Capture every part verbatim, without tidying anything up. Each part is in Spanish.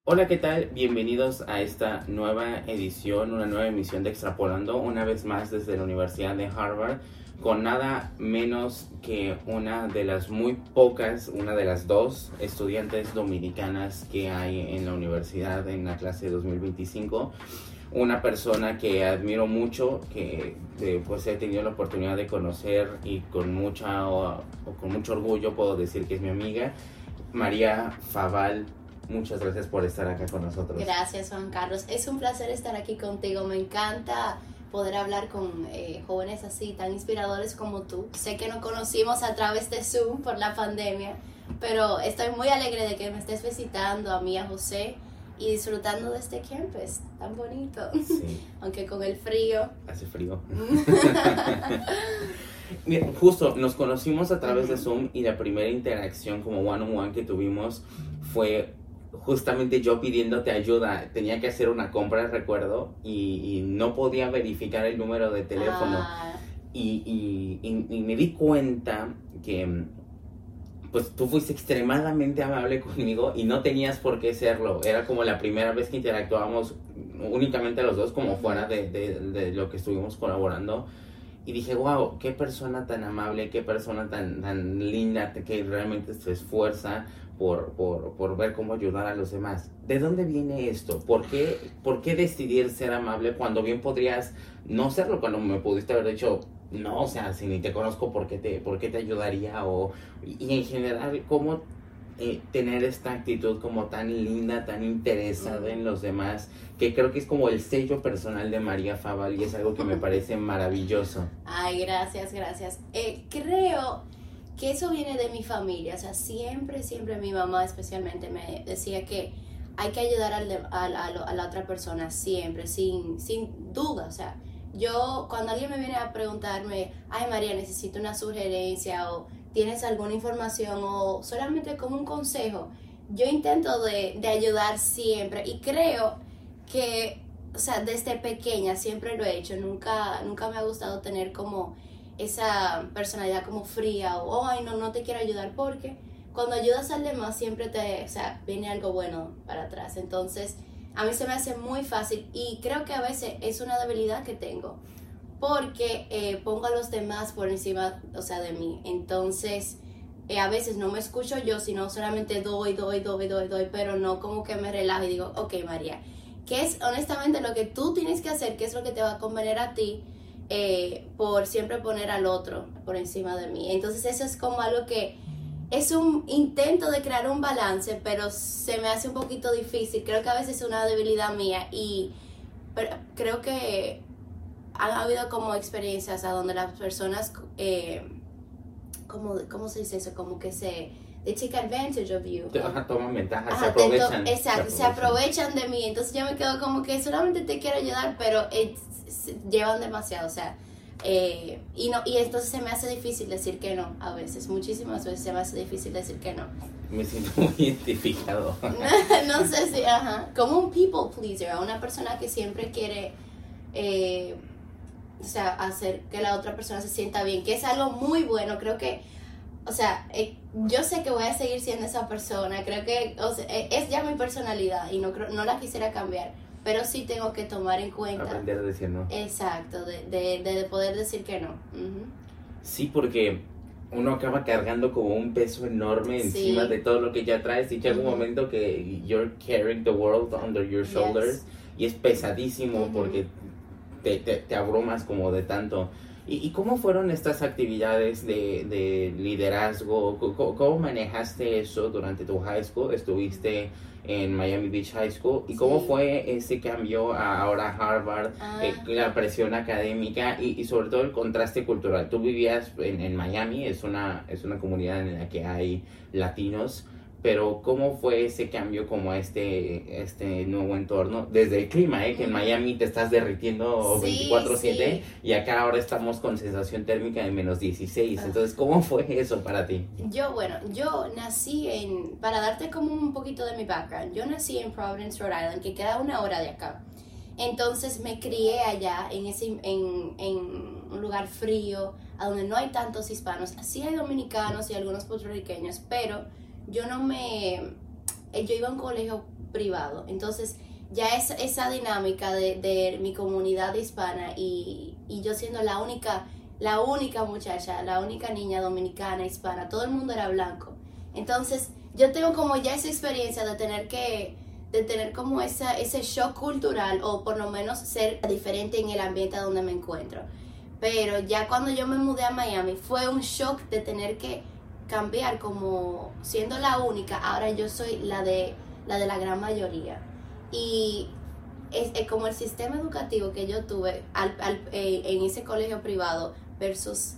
Hola, ¿qué tal? Bienvenidos a esta nueva edición, una nueva emisión de Extrapolando, una vez más desde la Universidad de Harvard, con nada menos que una de las muy pocas, una de las dos estudiantes dominicanas que hay en la universidad en la clase de dos mil veinticinco. Una persona que admiro mucho, que eh, pues he tenido la oportunidad de conocer y con mucha o, o con mucho orgullo puedo decir que es mi amiga, María Faval. Muchas gracias por estar acá con nosotros. Gracias, Juan Carlos. Es un placer estar aquí contigo. Me encanta poder hablar con eh, jóvenes así, tan inspiradores como tú. Sé que nos conocimos a través de Zoom por la pandemia, pero estoy muy alegre de que me estés visitando a mí, a José, y disfrutando de este campus tan bonito. Sí. Aunque con el frío. Hace frío. Mira, justo nos conocimos a través de Zoom y la primera interacción como one on one que tuvimos fue justamente yo pidiéndote ayuda. Tenía que hacer una compra, recuerdo, y, y no podía verificar el número de teléfono. Ah. Y, y, y, y me di cuenta que pues tú fuiste extremadamente amable conmigo y no tenías por qué serlo. Era como la primera vez que interactuábamos únicamente los dos, como fuera de, de, de lo que estuvimos colaborando. Y dije, wow, qué persona tan amable, qué persona tan, tan linda, que realmente se esfuerza por, por, por ver cómo ayudar a los demás. ¿De dónde viene esto? ¿Por qué, ¿Por qué decidir ser amable cuando bien podrías no serlo? Cuando me pudiste haber dicho, no, o sea, si ni te conozco, ¿por qué te, por qué te ayudaría? O, y en general, ¿cómo eh, tener esta actitud como tan linda, tan interesada en los demás? Que creo que es como el sello personal de María Faval y es algo que me parece maravilloso. Ay, gracias, gracias. Eh, creo que eso viene de mi familia. O sea, siempre, siempre mi mamá especialmente me decía que hay que ayudar al de, a, a, a la otra persona, siempre, sin, sin duda. O sea, yo cuando alguien me viene a preguntarme, ay María, necesito una sugerencia o tienes alguna información o solamente como un consejo, yo intento de, de ayudar siempre y creo que, o sea, desde pequeña siempre lo he hecho. Nunca, nunca me ha gustado tener como esa personalidad como fría o, oh, ay, no, no te quiero ayudar, porque cuando ayudas al demás siempre te, o sea, viene algo bueno para atrás. Entonces, a mí se me hace muy fácil y creo que a veces es una debilidad que tengo porque eh, pongo a los demás por encima, o sea, de mí. Entonces, eh, a veces no me escucho yo, sino solamente doy, doy, doy, doy, doy, pero no como que me relajo y digo, ok, María, ¿qué es honestamente lo que tú tienes que hacer? ¿Qué es lo que te va a convenir a ti? Eh, por siempre poner al otro por encima de mí. Entonces eso es como algo que es un intento de crear un balance, pero se me hace un poquito difícil. Creo que a veces es una debilidad mía y pero creo que han habido como experiencias a donde las personas eh, como, ¿cómo se dice eso? Como que se they take advantage of you. Ajá, toman ventaja, Ajá, se aprovechan. Exacto, se aprovechan. se aprovechan de mí. Entonces yo me quedo como que solamente te quiero ayudar, pero eh, llevan demasiado, o sea, eh, y no y entonces se me hace difícil decir que no a veces, muchísimas veces se me hace difícil decir que no. Me siento muy identificado. No sé si, ajá, como un people pleaser, una persona que siempre quiere, eh, o sea, hacer que la otra persona se sienta bien, que es algo muy bueno. Creo que, o sea, eh, yo sé que voy a seguir siendo esa persona, creo que, o sea, eh, es ya mi personalidad y no creo, no la quisiera cambiar, pero sí tengo que tomar en cuenta. Aprender a decir no. Exacto, de, de, de poder decir que no. Uh-huh. Sí, porque uno acaba cargando como un peso enorme encima Sí. de todo lo que ya traes y llega Uh-huh. un momento que you're carrying the world under your shoulders. Yes. Y es pesadísimo. Uh-huh. Porque te, te, te abrumas como de tanto. ¿Y, y cómo fueron estas actividades de, de liderazgo? ¿Cómo, ¿Cómo manejaste eso durante tu high school? Estuviste en Miami Beach High School. ¿Y cómo sí. fue ese cambio a ahora Harvard? Ah. Eh, la presión académica y, y sobre todo el contraste cultural. Tú vivías en, en Miami, es una, es una comunidad en la que hay latinos. Pero ¿cómo fue ese cambio como a este, este nuevo entorno? Desde el clima, ¿eh? Que en Miami te estás derritiendo sí, veinticuatro siete sí. Y acá ahora estamos con sensación térmica de menos dieciséis. Entonces, ¿cómo fue eso para ti? Yo, bueno, yo nací en, para darte como un poquito de mi background, yo nací en Providence, Rhode Island, que queda una hora de acá. Entonces me crié allá en, ese, en, en un lugar frío, a donde no hay tantos hispanos. Sí hay dominicanos y algunos puertorriqueños, pero yo no me... Yo iba a un colegio privado. Entonces, ya es esa dinámica de, de mi comunidad hispana y, y yo siendo la única, la única muchacha, la única niña dominicana, hispana, todo el mundo era blanco. Entonces, yo tengo como ya esa experiencia de tener que, de tener como esa, ese shock cultural o por lo menos ser diferente en el ambiente donde me encuentro. Pero ya cuando yo me mudé a Miami fue un shock de tener que cambiar como siendo la única, ahora yo soy la de la, de la gran mayoría. Y es, es como el sistema educativo que yo tuve al, al, eh, en ese colegio privado versus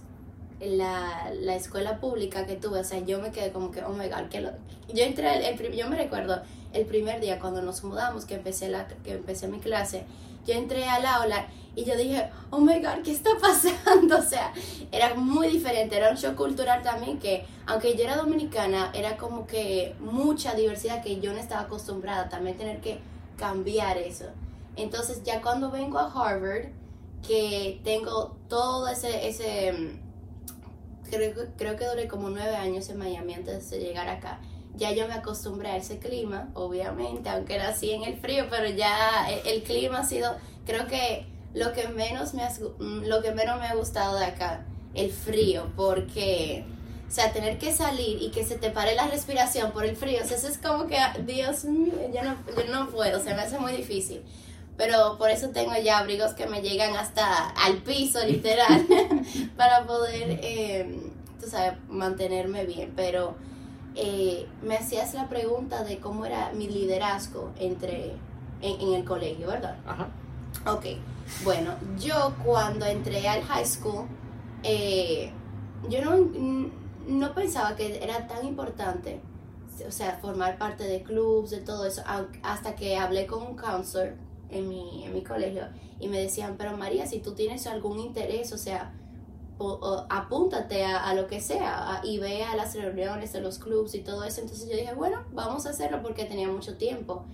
la, la escuela pública que tuve, o sea, yo me quedé como que, oh my God, que lo... yo entré, el, el, yo me recuerdo el primer día cuando nos mudamos, que empecé, la, que empecé mi clase, yo entré al aula y yo dije, oh my God, ¿qué está pasando? O sea, era muy diferente, era un shock cultural también que, aunque yo era dominicana, era como que mucha diversidad que yo no estaba acostumbrada, también tener que cambiar eso. Entonces ya cuando vengo a Harvard, que tengo todo ese, ese creo, creo que duré como nueve años en Miami antes de llegar acá, ya yo me acostumbré a ese clima, obviamente, aunque nací en el frío, pero ya el, el clima ha sido, creo que lo que menos me ha, lo que menos me ha gustado de acá, el frío, porque, o sea, tener que salir y que se te pare la respiración por el frío, o sea, eso es como que, Dios mío, yo no, yo no puedo, se me hace muy difícil. Pero por eso tengo ya abrigos que me llegan hasta al piso, literal, para poder, eh, tú sabes, mantenerme bien. Pero eh, me hacías la pregunta de cómo era mi liderazgo entre en, en el colegio, ¿verdad? Ajá. Ok, bueno, yo cuando entré al high school, eh, yo no, no pensaba que era tan importante, o sea, formar parte de clubs, de todo eso, hasta que hablé con un counselor en mi, en mi colegio y me decían, pero María, si tú tienes algún interés, o sea, o, o, apúntate a, a lo que sea a, y ve a las reuniones de los clubs y todo eso. Entonces yo dije, bueno, vamos a hacerlo porque tenía mucho tiempo.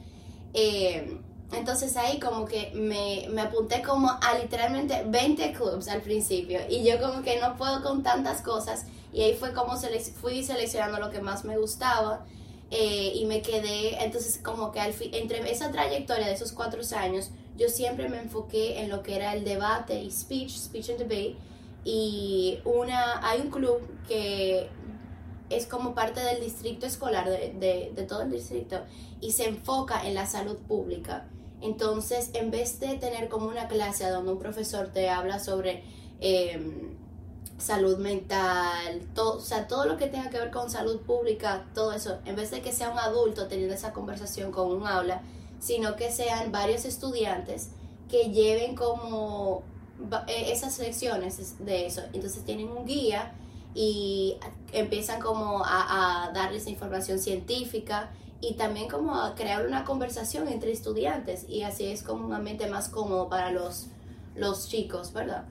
Eh, entonces ahí como que me, me apunté como a literalmente veinte clubs al principio y yo como que no puedo con tantas cosas y ahí fue como selec- fui seleccionando lo que más me gustaba. Eh, y me quedé, entonces como que al fin, entre esa trayectoria de esos cuatro años, yo siempre me enfoqué en lo que era el debate y speech, speech and debate, y una, hay un club que es como parte del distrito escolar, de, de, de todo el distrito, y se enfoca en la salud pública. Entonces, en vez de tener como una clase donde un profesor te habla sobre eh, salud mental, todo, o sea, todo lo que tenga que ver con salud pública, todo eso, en vez de que sea un adulto teniendo esa conversación con un aula, sino que sean varios estudiantes que lleven como esas lecciones de eso. Entonces tienen un guía y empiezan como a, a darles información científica y también como a crear una conversación entre estudiantes y así es como un ambiente más cómodo para los, los chicos, ¿verdad?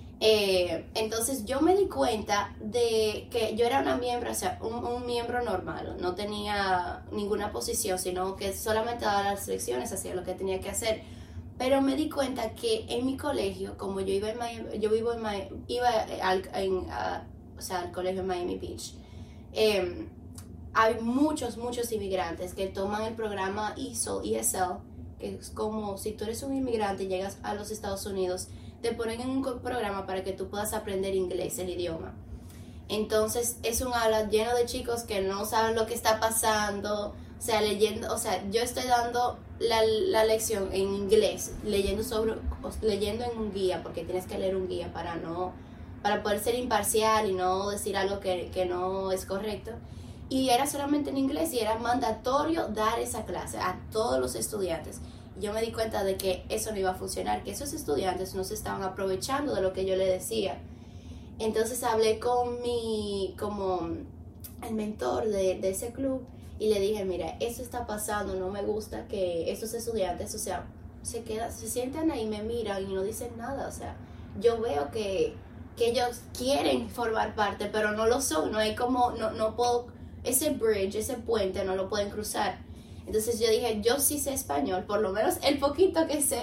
Eh, entonces yo me di cuenta de que yo era una miembro, o sea, un, un miembro normal, no tenía ninguna posición, sino que solamente daba las lecciones, hacía lo que tenía que hacer. Pero me di cuenta que en mi colegio, como yo iba en Miami, yo vivo en Miami, iba al, en, a, o sea, al colegio en Miami Beach, eh, hay muchos, muchos inmigrantes que toman el programa E S O L, E S L, que es como si tú eres un inmigrante y llegas a los Estados Unidos, te ponen en un programa para que tú puedas aprender inglés, el idioma. Entonces es un aula lleno de chicos que no saben lo que está pasando, o sea, leyendo, o sea, yo estoy dando la, la lección en inglés, leyendo sobre, leyendo en un guía, porque tienes que leer un guía para no, para poder ser imparcial y no decir algo que, que no es correcto. Y era solamente en inglés y era mandatorio dar esa clase a todos los estudiantes. Yo me di cuenta de que eso no iba a funcionar, que esos estudiantes no se estaban aprovechando de lo que yo les decía. Entonces hablé con mi, como el mentor de, de ese club y le dije, mira, eso está pasando, no me gusta que esos estudiantes, o sea, se quedan, se sientan ahí, me miran y no dicen nada, o sea, yo veo que, que ellos quieren formar parte, pero no lo son, no hay como, no, no puedo, ese bridge, ese puente no lo pueden cruzar. Entonces yo dije, yo sí sé español, por lo menos el poquito que sé.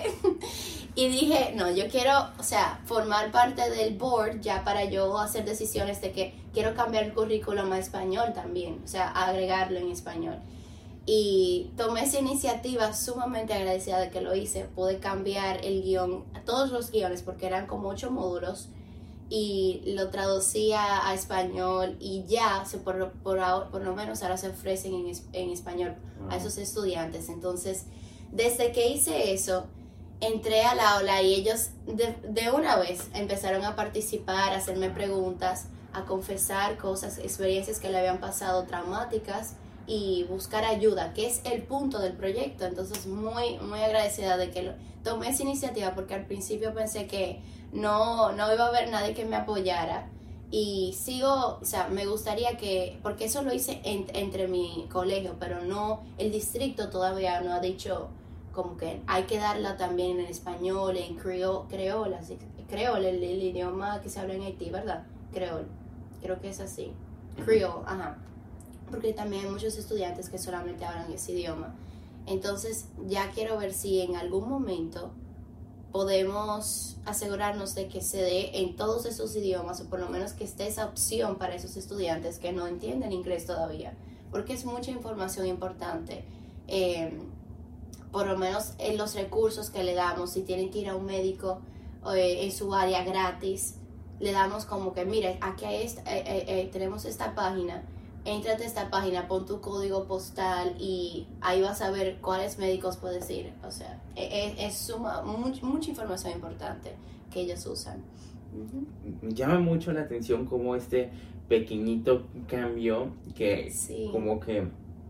Y dije, no, yo quiero, o sea, formar parte del board ya para yo hacer decisiones de que quiero cambiar el currículum a español también, o sea, agregarlo en español. Y tomé esa iniciativa sumamente agradecida de que lo hice. Pude cambiar el guión, todos los guiones, porque eran como ocho módulos, y lo traducía a español y ya, se, por, por, por lo menos ahora se ofrecen en, en español a esos estudiantes. Entonces, desde que hice eso, entré al aula y ellos de, de una vez empezaron a participar, a hacerme preguntas, a confesar cosas, experiencias que le habían pasado traumáticas, y buscar ayuda, que es el punto del proyecto. Entonces muy muy agradecida de que lo, tomé esa iniciativa, porque al principio pensé que no, no iba a haber nadie que me apoyara, y sigo, o sea, me gustaría que, porque eso lo hice en, entre mi colegio, pero no, el distrito todavía no ha dicho como que hay que darla también en español, en creol, creola, creol, el, el idioma que se habla en Haití, ¿verdad? Creol, creo que es así, creol, ajá, porque también hay muchos estudiantes que solamente hablan ese idioma. Entonces ya quiero ver si en algún momento podemos asegurarnos de que se dé en todos esos idiomas, o por lo menos que esté esa opción para esos estudiantes que no entienden inglés todavía, porque es mucha información importante. Eh, por lo menos en los recursos que le damos, si tienen que ir a un médico eh, en su área gratis, le damos como que, mire, aquí hay esta, eh, eh, eh, tenemos esta página, éntrate a esta página, pon tu código postal y ahí vas a ver cuáles médicos puedes ir. O sea, es, es suma, much, mucha información importante que ellos usan. Uh-huh. Me llama mucho la atención como este pequeñito cambio que sí. Como que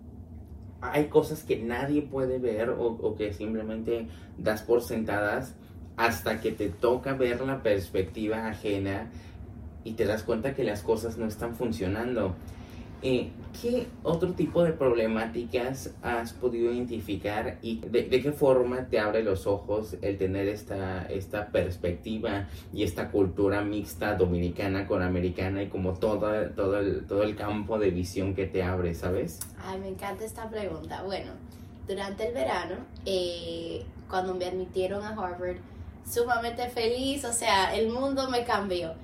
hay cosas que nadie puede ver o, o que simplemente das por sentadas hasta que te toca ver la perspectiva ajena y te das cuenta que las cosas no están funcionando. Eh, ¿Qué otro tipo de problemáticas has podido identificar y de, de qué forma te abre los ojos el tener esta, esta perspectiva y esta cultura mixta dominicana con americana y como todo, todo, el, todo el campo de visión que te abre, ¿sabes? Ay, me encanta esta pregunta. Bueno, durante el verano, eh, cuando me admitieron a Harvard, sumamente feliz, o sea, el mundo me cambió.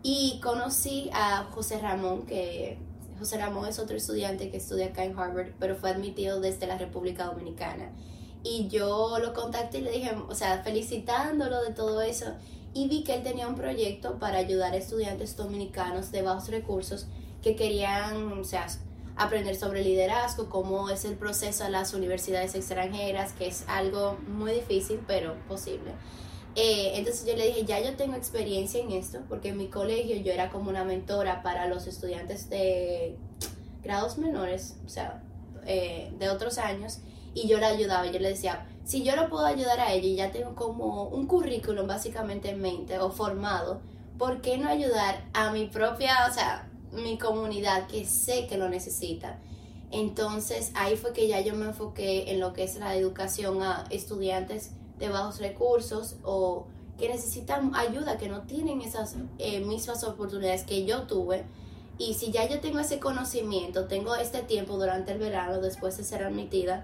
Y conocí a José Ramón, que... José Ramón es otro estudiante que estudia acá en Harvard, pero fue admitido desde la República Dominicana. Y yo lo contacté y le dije, o sea, felicitándolo de todo eso, y vi que él tenía un proyecto para ayudar a estudiantes dominicanos de bajos recursos que querían, o sea, aprender sobre liderazgo, cómo es el proceso a las universidades extranjeras, que es algo muy difícil, pero posible. Eh, entonces yo le dije, ya yo tengo experiencia en esto, porque en mi colegio yo era como una mentora para los estudiantes de grados menores, o sea, eh, de otros años, y yo le ayudaba, yo le decía, si yo lo puedo ayudar a ella y ya tengo como un currículum básicamente en mente o formado, ¿por qué no ayudar a mi propia, o sea, mi comunidad que sé que lo necesita? Entonces ahí fue que ya yo me enfoqué en lo que es la educación a estudiantes de bajos recursos o que necesitan ayuda, que no tienen esas eh, mismas oportunidades que yo tuve. Y si ya yo tengo ese conocimiento, tengo este tiempo durante el verano, después de ser admitida,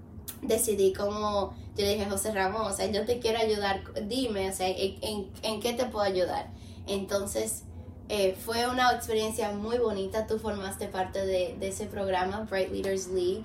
decidí como, yo le dije, José Ramón, o sea, yo te quiero ayudar, dime, o sea, en, en, en qué te puedo ayudar. Entonces, eh, fue una experiencia muy bonita, tú formaste parte de, de ese programa, Bright Leaders League,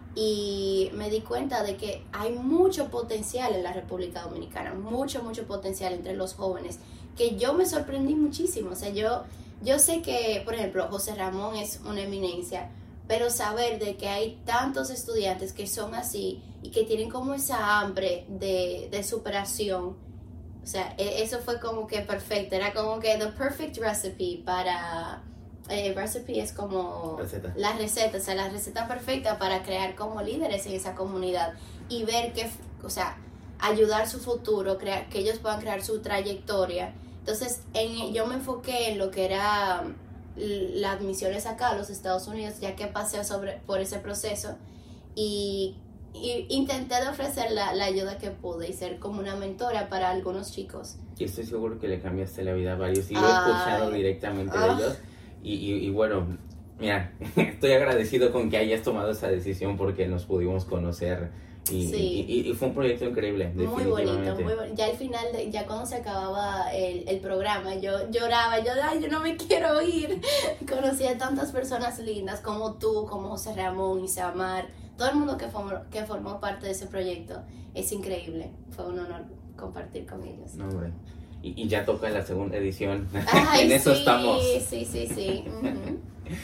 y me di cuenta de que hay mucho potencial en la República Dominicana, mucho, mucho potencial entre los jóvenes, que yo me sorprendí muchísimo. O sea, yo, yo sé que, por ejemplo, José Ramón es una eminencia, pero saber de que hay tantos estudiantes que son así y que tienen como esa hambre de, de superación, o sea, eso fue como que perfecto, era como que the perfect recipe para... Eh, recipe es como receta. La receta, o sea, la receta perfecta para crear como líderes en esa comunidad y ver que, o sea, ayudar su futuro, crear, que ellos puedan crear su trayectoria. Entonces, en, yo me enfoqué en lo que era las admisiones acá a los Estados Unidos, ya que pasé sobre, por ese proceso y, y intenté de ofrecer la, la ayuda que pude y ser como una mentora para algunos chicos. Y estoy seguro que le cambiaste la vida a varios y lo he escuchado directamente oh. de ellos. Y, y, y bueno, mira, estoy agradecido con que hayas tomado esa decisión porque nos pudimos conocer y, sí. y, y, y fue un proyecto increíble, muy bonito, muy bonito. Ya al final, de, ya cuando se acababa el, el programa, yo lloraba, yo, ay, yo no me quiero ir. Conocí a tantas personas lindas como tú, como José Ramón, Isamar, todo el mundo que formó, que formó parte de ese proyecto. Es increíble, fue un honor compartir con ellos. No, hombre. Y, y ya toca la segunda edición. Ay, en eso sí, estamos. Sí, sí, sí. Uh-huh.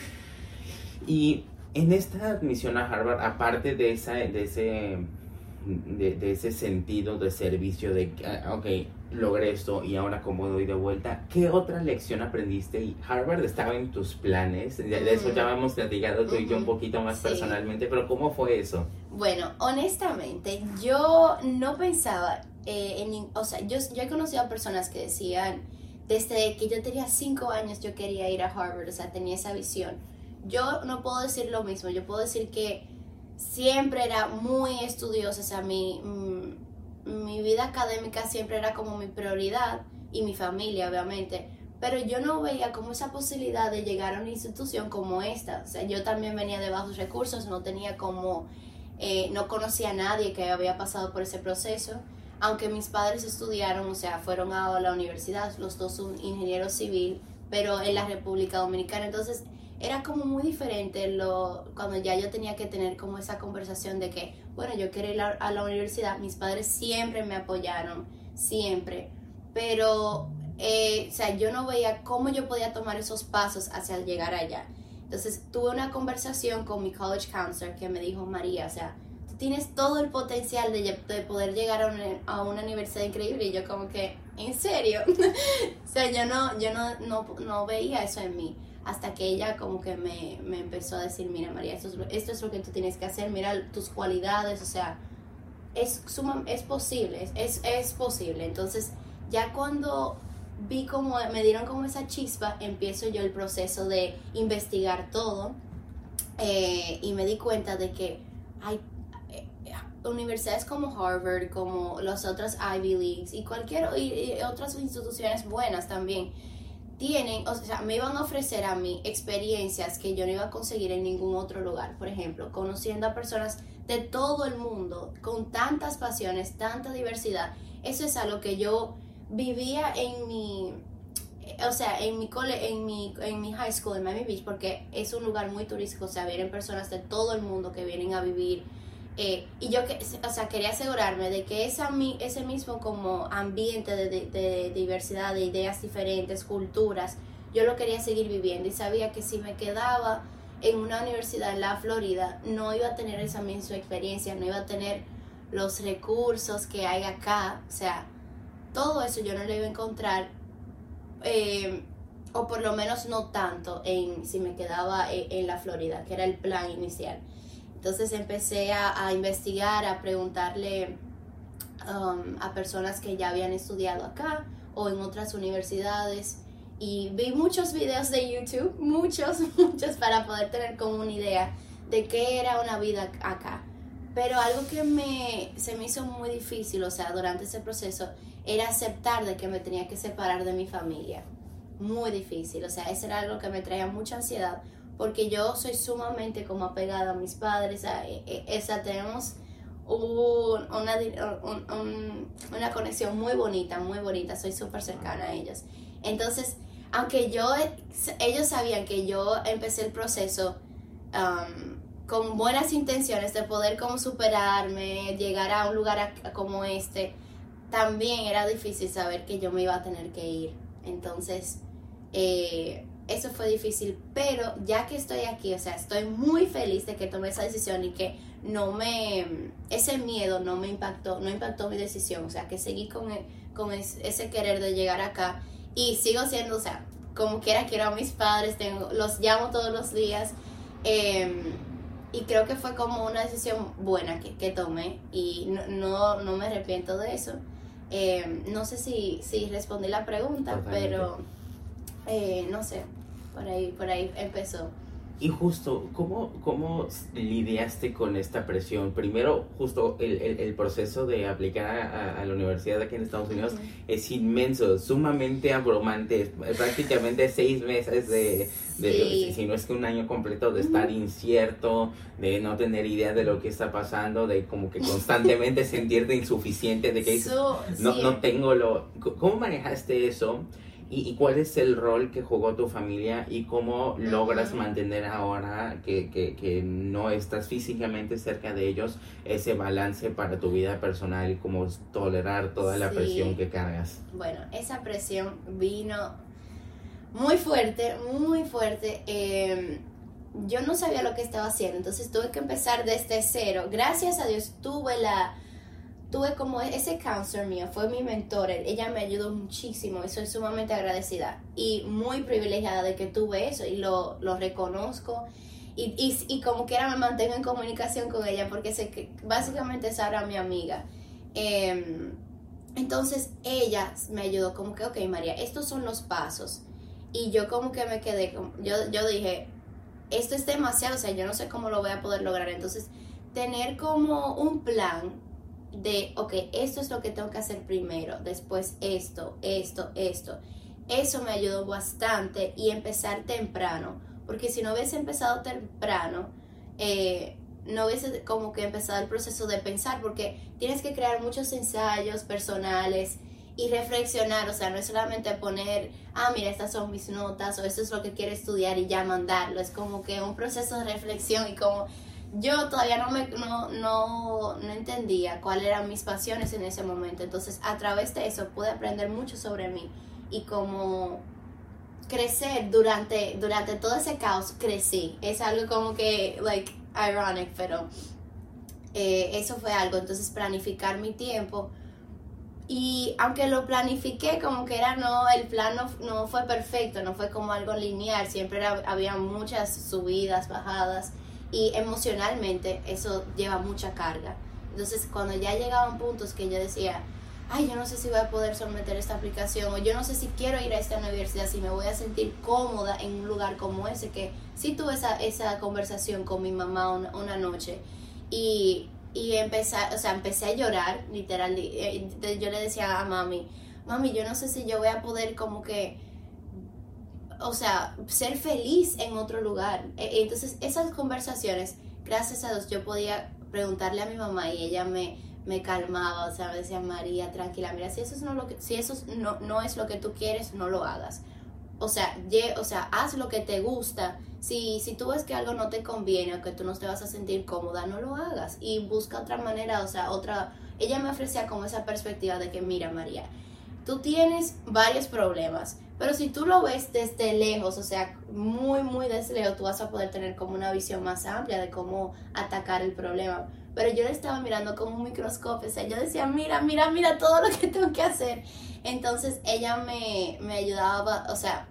Y en esta admisión a Harvard, aparte de, esa, de, ese, de, de ese sentido de servicio, de, ok, logré esto y ahora cómo doy de vuelta, ¿qué otra lección aprendiste? Y Harvard estaba en tus planes, de, de eso ya hemos platicado tú uh-huh. y yo un poquito más sí. personalmente, pero ¿cómo fue eso? Bueno, honestamente, yo no pensaba, eh, en, o sea, yo, yo he conocido a personas que decían, desde que yo tenía cinco años yo quería ir a Harvard, o sea, tenía esa visión. Yo no puedo decir lo mismo, yo puedo decir que siempre era muy estudiosa, o sea, mi, mi vida académica siempre era como mi prioridad y mi familia, obviamente, pero yo no veía como esa posibilidad de llegar a una institución como esta. O sea, yo también venía de bajos recursos, no tenía como, eh, no conocía a nadie que había pasado por ese proceso, aunque mis padres estudiaron, o sea, fueron a la universidad, los dos son ingenieros civil, pero en la República Dominicana, entonces era como muy diferente lo, cuando ya yo tenía que tener como esa conversación de que, bueno, yo quiero ir a, a la universidad. Mis padres siempre me apoyaron, siempre, pero, eh, o sea, yo no veía cómo yo podía tomar esos pasos hacia llegar allá. Entonces tuve una conversación con mi college counselor que me dijo, María, o sea, tú tienes todo el potencial de, de poder llegar a una, a una universidad increíble. Y yo como que, ¿en serio? O sea, yo no, yo no, no, no veía eso en mí. Hasta que ella como que me, me empezó a decir, mira María, esto es, esto es lo que tú tienes que hacer, mira tus cualidades, o sea, es, suma, es posible, es, es posible. Entonces ya cuando vi como, me dieron como esa chispa, empiezo yo el proceso de investigar todo eh, y me di cuenta de que hay eh, universidades como Harvard, como las otras Ivy Leagues y cualquier y, y otras instituciones buenas también, tienen, o sea, me iban a ofrecer a mí experiencias que yo no iba a conseguir en ningún otro lugar. Por ejemplo, conociendo a personas de todo el mundo, con tantas pasiones, tanta diversidad. Eso es algo que yo vivía en mi, o sea, en mi cole, en mi, en mi high school en Miami Beach, porque es un lugar muy turístico, o sea, vienen personas de todo el mundo que vienen a vivir. Eh, y yo, que, o sea, quería asegurarme de que esa, ese mismo como ambiente de, de, de diversidad, de ideas diferentes, culturas, yo lo quería seguir viviendo y sabía que si me quedaba en una universidad en la Florida, no iba a tener esa misma experiencia, no iba a tener los recursos que hay acá, o sea, todo eso yo no lo iba a encontrar, eh, o por lo menos no tanto en, si me quedaba en, en la Florida, que era el plan inicial. Entonces empecé a, a investigar, a preguntarle um, a personas que ya habían estudiado acá o en otras universidades. Y vi muchos videos de YouTube, muchos, muchos, para poder tener como una idea de qué era una vida acá. Pero algo que me, se me hizo muy difícil, o sea, durante ese proceso, era aceptar de que me tenía que separar de mi familia. Muy difícil, o sea, eso era algo que me traía mucha ansiedad, porque yo soy sumamente como apegada a mis padres, o sea, esa, tenemos un, una, un, un, una conexión muy bonita, muy bonita, soy súper cercana a ellos. Entonces, aunque yo, ellos sabían que yo empecé el proceso um, con buenas intenciones de poder como superarme, llegar a un lugar a, como este, también era difícil saber que yo me iba a tener que ir. Entonces, eh, eso fue difícil, pero ya que estoy aquí, o sea, estoy muy feliz de que tomé esa decisión y que no me, ese miedo no me impactó, no impactó mi decisión, o sea, que seguí con, el, con ese querer de llegar acá y sigo siendo, o sea, como quiera quiero a mis padres, tengo, los llamo todos los días, eh, y creo que fue como una decisión buena que, que tomé y no, no, no me arrepiento de eso. Eh, no sé si, si respondí la pregunta, totalmente. Pero eh, no sé, por ahí, por ahí empezó. Y justo, ¿cómo, cómo lidiaste con esta presión? Primero, justo el, el, el proceso de aplicar a, a la universidad aquí en Estados Unidos uh-huh. es inmenso, sumamente abrumante, prácticamente seis meses de, de sí. si, si no es que un año completo de uh-huh. estar incierto, de no tener idea de lo que está pasando, de como que constantemente sentirte insuficiente, de que dices, so, no, sí. no tengo lo... ¿Cómo manejaste eso? ¿Y, ¿Y cuál es el rol que jugó tu familia y cómo logras Uh-huh. mantener ahora que, que, que no estás físicamente cerca de ellos ese balance para tu vida personal y cómo tolerar toda la Sí. presión que cargas? Bueno, esa presión vino muy fuerte, muy fuerte. Eh, yo no sabía lo que estaba haciendo, entonces tuve que empezar desde cero. Gracias a Dios tuve la... Tuve como ese counselor mío, fue mi mentor, ella me ayudó muchísimo y soy sumamente agradecida y muy privilegiada de que tuve eso y lo, lo reconozco y, y, y como quiera me mantengo en comunicación con ella porque sé que básicamente es ahora mi amiga. Eh, entonces ella me ayudó como que, ok María, estos son los pasos y yo como que me quedé, yo, yo dije, esto es demasiado, o sea, yo no sé cómo lo voy a poder lograr, entonces tener como un plan de, ok, esto es lo que tengo que hacer primero, después esto, esto, esto. Eso me ayudó bastante y empezar temprano, porque si no hubiese empezado temprano, eh, no hubiese como que empezado el proceso de pensar, porque tienes que crear muchos ensayos personales y reflexionar, o sea, no es solamente poner, ah, mira, estas son mis notas o esto es lo que quiero estudiar y ya mandarlo, es como que un proceso de reflexión y como... Yo todavía no, me, no, no, no entendía cuáles eran mis pasiones en ese momento. Entonces, a través de eso pude aprender mucho sobre mí y como crecer durante, durante todo ese caos, crecí. Es algo como que, like, ironic, pero eh, eso fue algo. Entonces, planificar mi tiempo. Y aunque lo planifiqué, como que era, no, el plan no, no fue perfecto, no fue como algo lineal. Siempre era, había muchas subidas, bajadas. Y emocionalmente eso lleva mucha carga. Entonces cuando ya llegaban puntos que yo decía, ay, yo no sé si voy a poder someter esta aplicación o yo no sé si quiero ir a esta universidad, si me voy a sentir cómoda en un lugar como ese, que sí tuve esa, esa conversación con mi mamá una, una noche y, y empecé, o sea, empecé a llorar, literal. Yo le decía a mami, mami, yo no sé si yo voy a poder como que, o sea, ser feliz en otro lugar. Entonces esas conversaciones, gracias a Dios, yo podía preguntarle a mi mamá y ella me, me calmaba, o sea, me decía, María, tranquila, mira, si eso, es no, lo que, si eso no, no es lo que tú quieres, no lo hagas. O sea, ye, o sea, haz lo que te gusta. Si, si tú ves que algo no te conviene o que tú no te vas a sentir cómoda, no lo hagas. Y busca otra manera, o sea, otra... Ella me ofrecía como esa perspectiva de que, mira, María, tú tienes varios problemas, pero si tú lo ves desde lejos, o sea, muy, muy desde lejos, tú vas a poder tener como una visión más amplia de cómo atacar el problema. Pero yo le estaba mirando como un microscopio, o sea, yo decía, mira, mira, mira todo lo que tengo que hacer. Entonces ella me, me ayudaba, o sea,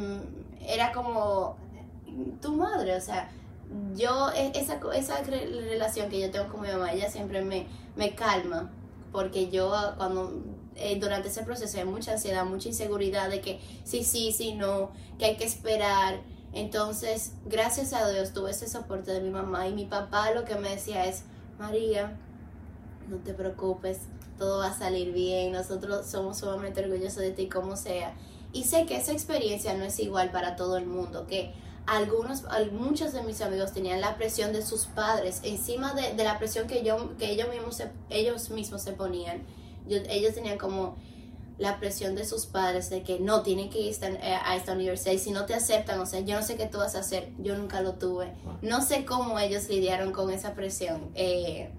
era como tu madre, o sea, yo, esa, esa relación que yo tengo con mi mamá, ella siempre me, me calma, porque yo cuando... Eh, durante ese proceso hay mucha ansiedad, mucha inseguridad de que sí, sí, sí, no, que hay que esperar. Entonces, gracias a Dios tuve ese soporte de mi mamá y mi papá lo que me decía es, María, no te preocupes, todo va a salir bien, nosotros somos sumamente orgullosos de ti como sea. Y sé que esa experiencia no es igual para todo el mundo, que algunos, muchos de mis amigos tenían la presión de sus padres encima de, de la presión que, yo, que ellos, mismos se, ellos mismos se ponían. Yo, ellos tenían como la presión de sus padres de que no, tienen que ir a esta universidad y si no te aceptan, o sea, yo no sé qué tú vas a hacer, yo nunca lo tuve. No sé cómo ellos lidiaron con esa presión. Eh,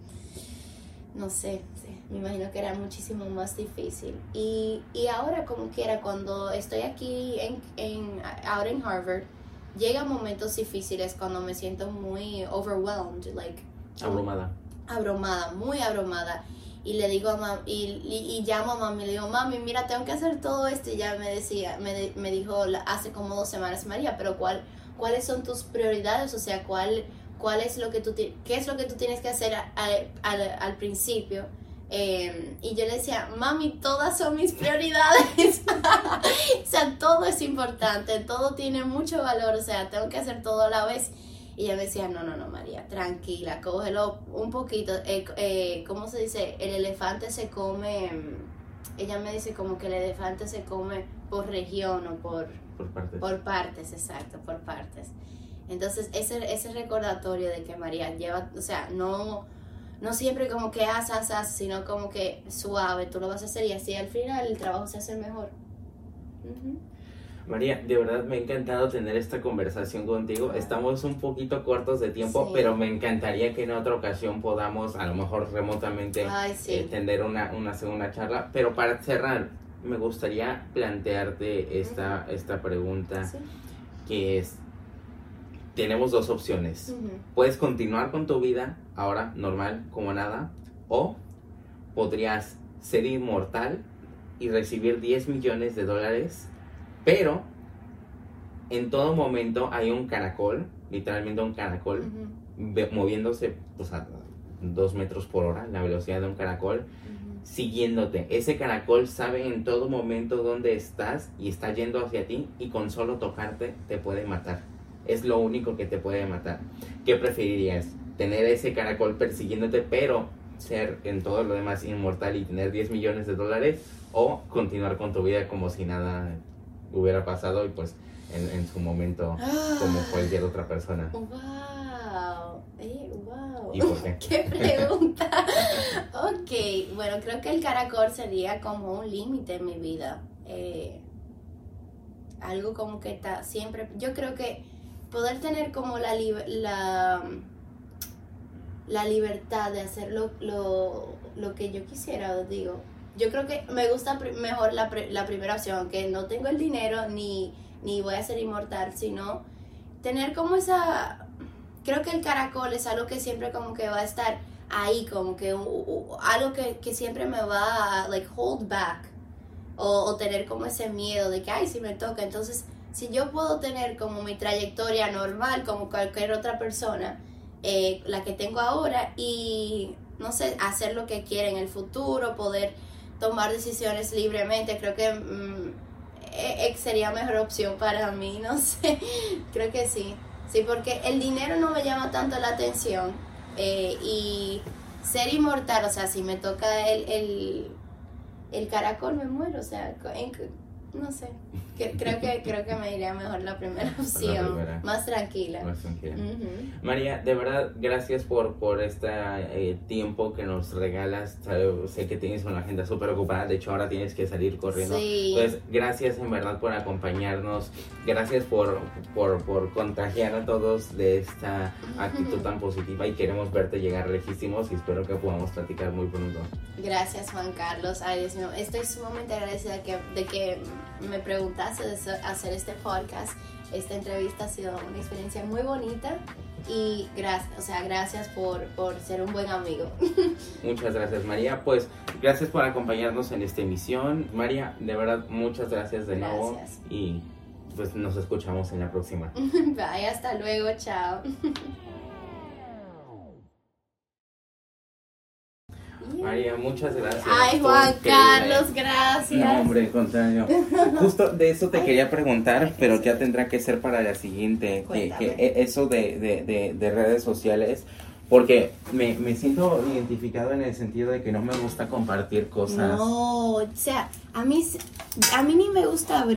no sé, sí, me imagino que era muchísimo más difícil. Y, y ahora, como quiera, cuando estoy aquí, en, en, ahora en Harvard, llegan momentos difíciles cuando me siento muy overwhelmed, like... Abrumada. Abrumada, muy abrumada. Y le digo a mami, y, y, y llamo a mami, le digo, mami, mira, tengo que hacer todo esto. Y ya me decía, me, me dijo hace como dos semanas, María, pero ¿cuál, ¿cuáles son tus prioridades? O sea, ¿cuál, cuál es lo que tú, qué es lo que tú tienes que hacer al, al, al principio? Eh, y yo le decía, mami, todas son mis prioridades. O sea, todo es importante, todo tiene mucho valor, o sea, tengo que hacer todo a la vez. Y ella me decía, no, no, no, María, tranquila, cógelo un poquito. Eh, eh, ¿Cómo se dice? El elefante se come, ella me dice como que el elefante se come por región o por... Por partes. Por partes, exacto, por partes. Entonces, ese, ese recordatorio de que María lleva, o sea, no, no siempre como que haz, haz, haz, sino como que suave, tú lo vas a hacer y así al final el trabajo se hace mejor. Uh-huh. María, de verdad me ha encantado tener esta conversación contigo. Estamos un poquito cortos de tiempo, sí. pero me encantaría que en otra ocasión podamos, a lo mejor remotamente, Ay, sí. eh, tener una, una segunda charla. Pero para cerrar, me gustaría plantearte esta, uh-huh. esta pregunta, sí. que es, tenemos dos opciones. Uh-huh. Puedes continuar con tu vida ahora normal, como nada, o podrías ser inmortal y recibir diez millones de dólares, pero en todo momento hay un caracol, literalmente un caracol, uh-huh. moviéndose pues, a dos metros por hora, la velocidad de un caracol, uh-huh. siguiéndote. Ese caracol sabe en todo momento dónde estás y está yendo hacia ti, y con solo tocarte te puede matar. Es lo único que te puede matar. ¿Qué preferirías? ¿Tener ese caracol persiguiéndote, pero ser en todo lo demás inmortal y tener diez millones de dólares? ¿O continuar con tu vida como si nada hubiera pasado y pues en, en su momento como cualquier otra persona? ¡Wow! Eh, wow. ¿Y por qué? ¡Qué pregunta! Ok, bueno, creo que el caracol sería como un límite en mi vida. Eh, algo como que está siempre... Yo creo que poder tener como la... la la libertad de hacer lo, lo, lo que yo quisiera, os digo. Yo creo que me gusta pr- mejor la, pr- la primera opción, que no tengo el dinero ni, ni voy a ser inmortal, sino tener como esa... Creo que el caracol es algo que siempre como que va a estar ahí, como que uh, uh, algo que, que siempre me va a like, hold back, o, o tener como ese miedo de que, ay, si me toca. Entonces, si yo puedo tener como mi trayectoria normal, como cualquier otra persona, Eh, la que tengo ahora, y no sé, hacer lo que quiera en el futuro, poder tomar decisiones libremente, creo que mm, eh, sería mejor opción para mí, no sé, creo que sí, sí, porque el dinero no me llama tanto la atención, eh, y ser inmortal, o sea, si me toca el, el, el caracol me muero, o sea, en, no sé, que, creo que creo que me iría mejor la primera opción, la primera. Más tranquila. Más tranquila. Uh-huh. María, de verdad, gracias por, por este eh, tiempo que nos regalas. Sé que tienes una agenda súper ocupada, de hecho ahora tienes que salir corriendo. Sí. Entonces, gracias en verdad por acompañarnos, gracias por, por, por contagiar a todos de esta actitud uh-huh. tan positiva, y queremos verte llegar lejísimos y espero que podamos platicar muy pronto. Gracias, Juan Carlos. Ay, Dios mío, estoy sumamente agradecida de que, de que me preguntaste de hacer este podcast. Esta entrevista ha sido una experiencia muy bonita y gracias, o sea, gracias por, por ser un buen amigo. Muchas gracias, María. Pues gracias por acompañarnos en esta emisión. María, de verdad, muchas gracias de gracias. nuevo y pues nos escuchamos en la próxima. Bye, hasta luego, chao. María, muchas gracias. Ay, Juan Carlos, que... gracias. No, hombre, al contrario. Justo de eso te quería preguntar, pero ya tendrá que ser para la siguiente. Que, que eso de, de, de, de redes sociales, porque me, me siento identificado en el sentido de que no me gusta compartir cosas. No, o sea, a mí, a mí ni me gusta abrir